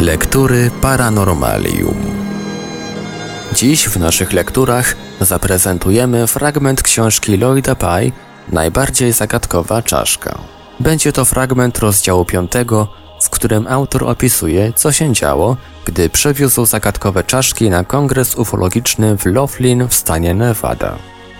Lektury Paranormalium. Dziś w naszych lekturach zaprezentujemy fragment książki Lloyda Pye Najbardziej zagadkowa czaszka. Będzie to fragment rozdziału 5, w którym autor opisuje, co się działo, gdy przewiózł zagadkowe czaszki na kongres ufologiczny w Laughlin w stanie Nevada.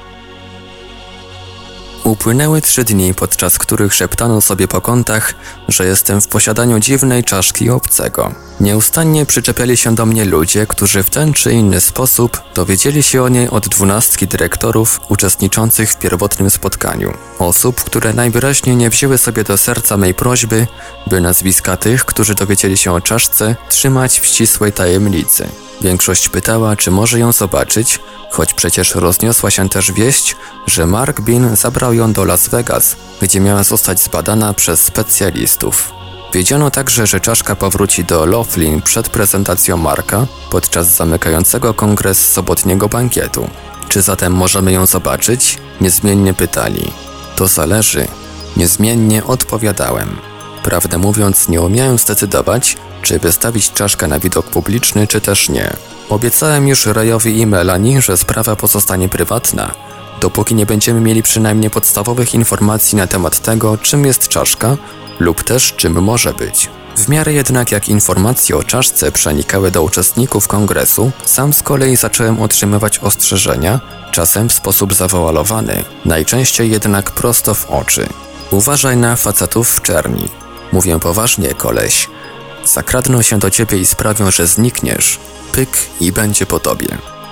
Upłynęły 3 dni, podczas których szeptano sobie po kątach, że jestem w posiadaniu dziwnej czaszki obcego. Nieustannie przyczepiali się do mnie ludzie, którzy w ten czy inny sposób dowiedzieli się o niej od 12 dyrektorów uczestniczących w pierwotnym spotkaniu. Osób, które najwyraźniej nie wzięły sobie do serca mej prośby, by nazwiska tych, którzy dowiedzieli się o czaszce, trzymać w ścisłej tajemnicy. Większość pytała, czy może ją zobaczyć, choć przecież rozniosła się też wieść, że Mark Bean zabrał ją do Las Vegas, gdzie miała zostać zbadana przez specjalistów. Wiedziano także, że czaszka powróci do Laughlin przed prezentacją Marka podczas zamykającego kongres sobotniego bankietu. Czy zatem możemy ją zobaczyć? Niezmiennie pytali. To zależy. Niezmiennie odpowiadałem. Prawdę mówiąc, nie umiałem zdecydować, czy wystawić czaszkę na widok publiczny, czy też nie. Obiecałem już Rayowi i Melanie, że sprawa pozostanie prywatna, dopóki nie będziemy mieli przynajmniej podstawowych informacji na temat tego, czym jest czaszka lub też czym może być. W miarę jednak jak informacje o czaszce przenikały do uczestników kongresu, sam z kolei zacząłem otrzymywać ostrzeżenia, czasem w sposób zawoalowany, najczęściej jednak prosto w oczy. Uważaj na facetów w czerni. Mówię poważnie, koleś. Zakradną się do ciebie i sprawią, że znikniesz. Pyk i będzie po tobie.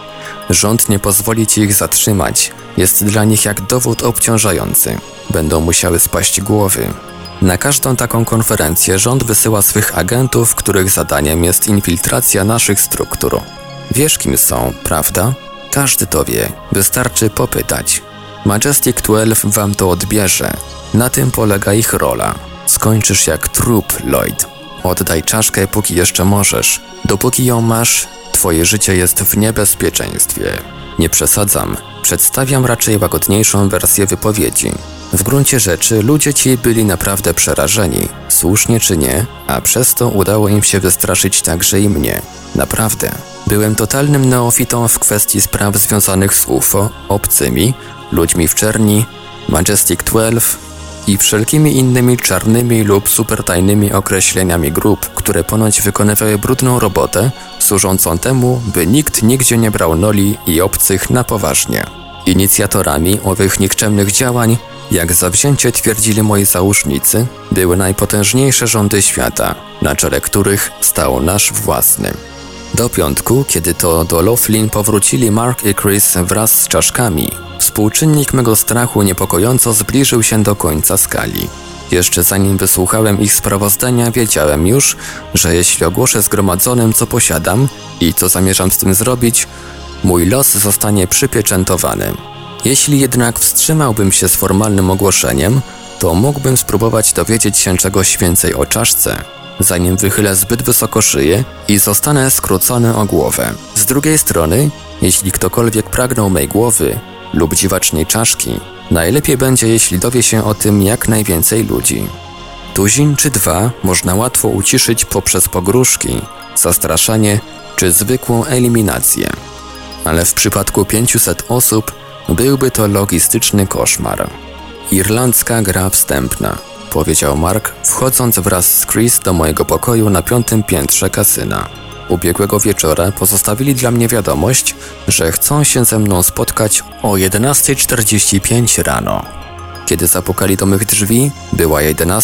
Rząd nie pozwoli ci ich zatrzymać. Jest dla nich jak dowód obciążający. Będą musiały spaść głowy. Na każdą taką konferencję rząd wysyła swych agentów, których zadaniem jest infiltracja naszych struktur. Wiesz, kim są, prawda? Każdy to wie. Wystarczy popytać. Majestic 12 wam to odbierze. Na tym polega ich rola. Skończysz jak trup, Lloyd. Oddaj czaszkę, póki jeszcze możesz. Dopóki ją masz, twoje życie jest w niebezpieczeństwie. Nie przesadzam. Przedstawiam raczej łagodniejszą wersję wypowiedzi. W gruncie rzeczy ludzie ci byli naprawdę przerażeni, słusznie czy nie, a przez to udało im się wystraszyć także i mnie. Naprawdę. Byłem totalnym neofitą w kwestii spraw związanych z UFO, obcymi, ludźmi w czerni, Majestic 12 i wszelkimi innymi czarnymi lub supertajnymi określeniami grup, które ponoć wykonywały brudną robotę, służącą temu, by nikt nigdzie nie brał noli i obcych na poważnie. Inicjatorami owych nikczemnych działań, jak zawzięcie twierdzili moi załóżnicy, były najpotężniejsze rządy świata, na czele których stał nasz własny. Do piątku, kiedy to do Laughlin powrócili Mark i Chris wraz z czaszkami, współczynnik mego strachu niepokojąco zbliżył się do końca skali. Jeszcze zanim wysłuchałem ich sprawozdania, wiedziałem już, że jeśli ogłoszę zgromadzonym, co posiadam i co zamierzam z tym zrobić, mój los zostanie przypieczętowany. Jeśli jednak wstrzymałbym się z formalnym ogłoszeniem, to mógłbym spróbować dowiedzieć się czegoś więcej o czaszce, zanim wychylę zbyt wysoko szyję i zostanę skrócony o głowę. Z drugiej strony, jeśli ktokolwiek pragnął mej głowy lub dziwacznej czaszki, najlepiej będzie, jeśli dowie się o tym jak najwięcej ludzi. Tuzin czy 2 można łatwo uciszyć poprzez pogróżki, zastraszanie czy zwykłą eliminację. Ale w przypadku 500 osób byłby to logistyczny koszmar. Irlandzka gra wstępna, powiedział Mark, wchodząc wraz z Chris do mojego pokoju na 5. piętrze kasyna. Ubiegłego wieczora pozostawili dla mnie wiadomość, że chcą się ze mną spotkać o 11:45 rano. Kiedy zapukali do mych drzwi, była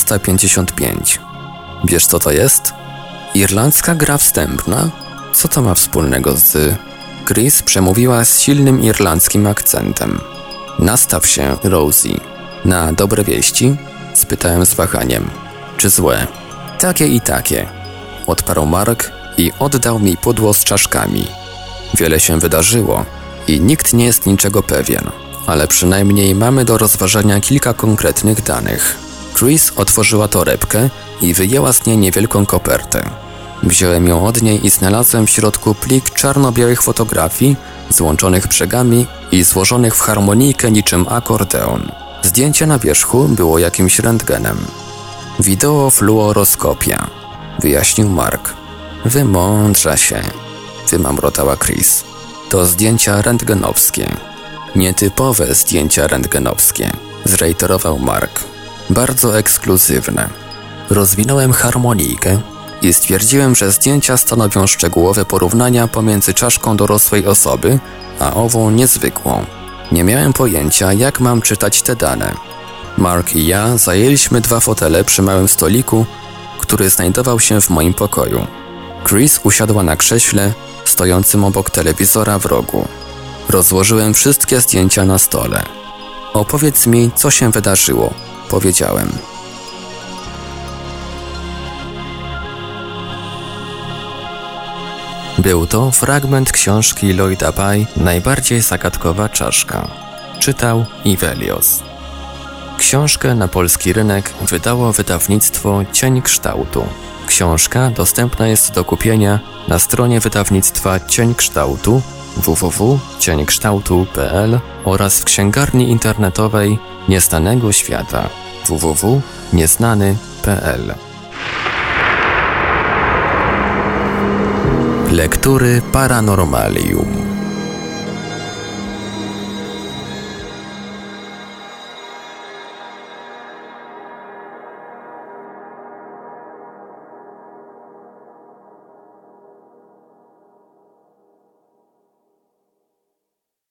11:55. Wiesz, co to jest? Irlandzka gra wstępna? Co to ma wspólnego z... Chris przemówiła z silnym irlandzkim akcentem. Nastaw się, Rosie. Na dobre wieści? Spytałem z wahaniem. Czy złe? Takie i takie. Odparł Mark i oddał mi pudło z czaszkami. Wiele się wydarzyło i nikt nie jest niczego pewien, ale przynajmniej mamy do rozważania kilka konkretnych danych. Chris otworzyła torebkę i wyjęła z niej niewielką kopertę. Wziąłem ją od niej i znalazłem w środku plik czarno-białych fotografii złączonych brzegami i złożonych w harmonijkę niczym akordeon. Zdjęcie na wierzchu było jakimś rentgenem. Wideofluoroskopia, wyjaśnił Mark. Wymądrza się, wymamrotała Chris. To zdjęcia rentgenowskie. Nietypowe zdjęcia rentgenowskie, zreiterował Mark. Bardzo ekskluzywne. Rozwinąłem harmonijkę i stwierdziłem, że zdjęcia stanowią szczegółowe porównania pomiędzy czaszką dorosłej osoby, a ową niezwykłą. Nie miałem pojęcia, jak mam czytać te dane. Mark i ja zajęliśmy 2 fotele przy małym stoliku, który znajdował się w moim pokoju. Chris usiadła na krześle, stojącym obok telewizora w rogu. Rozłożyłem wszystkie zdjęcia na stole. Opowiedz mi, co się wydarzyło, powiedziałem. Był to fragment książki Lloyda Pye Najbardziej zagadkowa czaszka. Czytał Ivelios. Książkę na polski rynek wydało wydawnictwo Cień Kształtu. Książka dostępna jest do kupienia na stronie wydawnictwa Cień Kształtu www.cieńkształtu.pl oraz w księgarni internetowej Nieznanego Świata www.nieznany.pl. Lektury Paranormalium.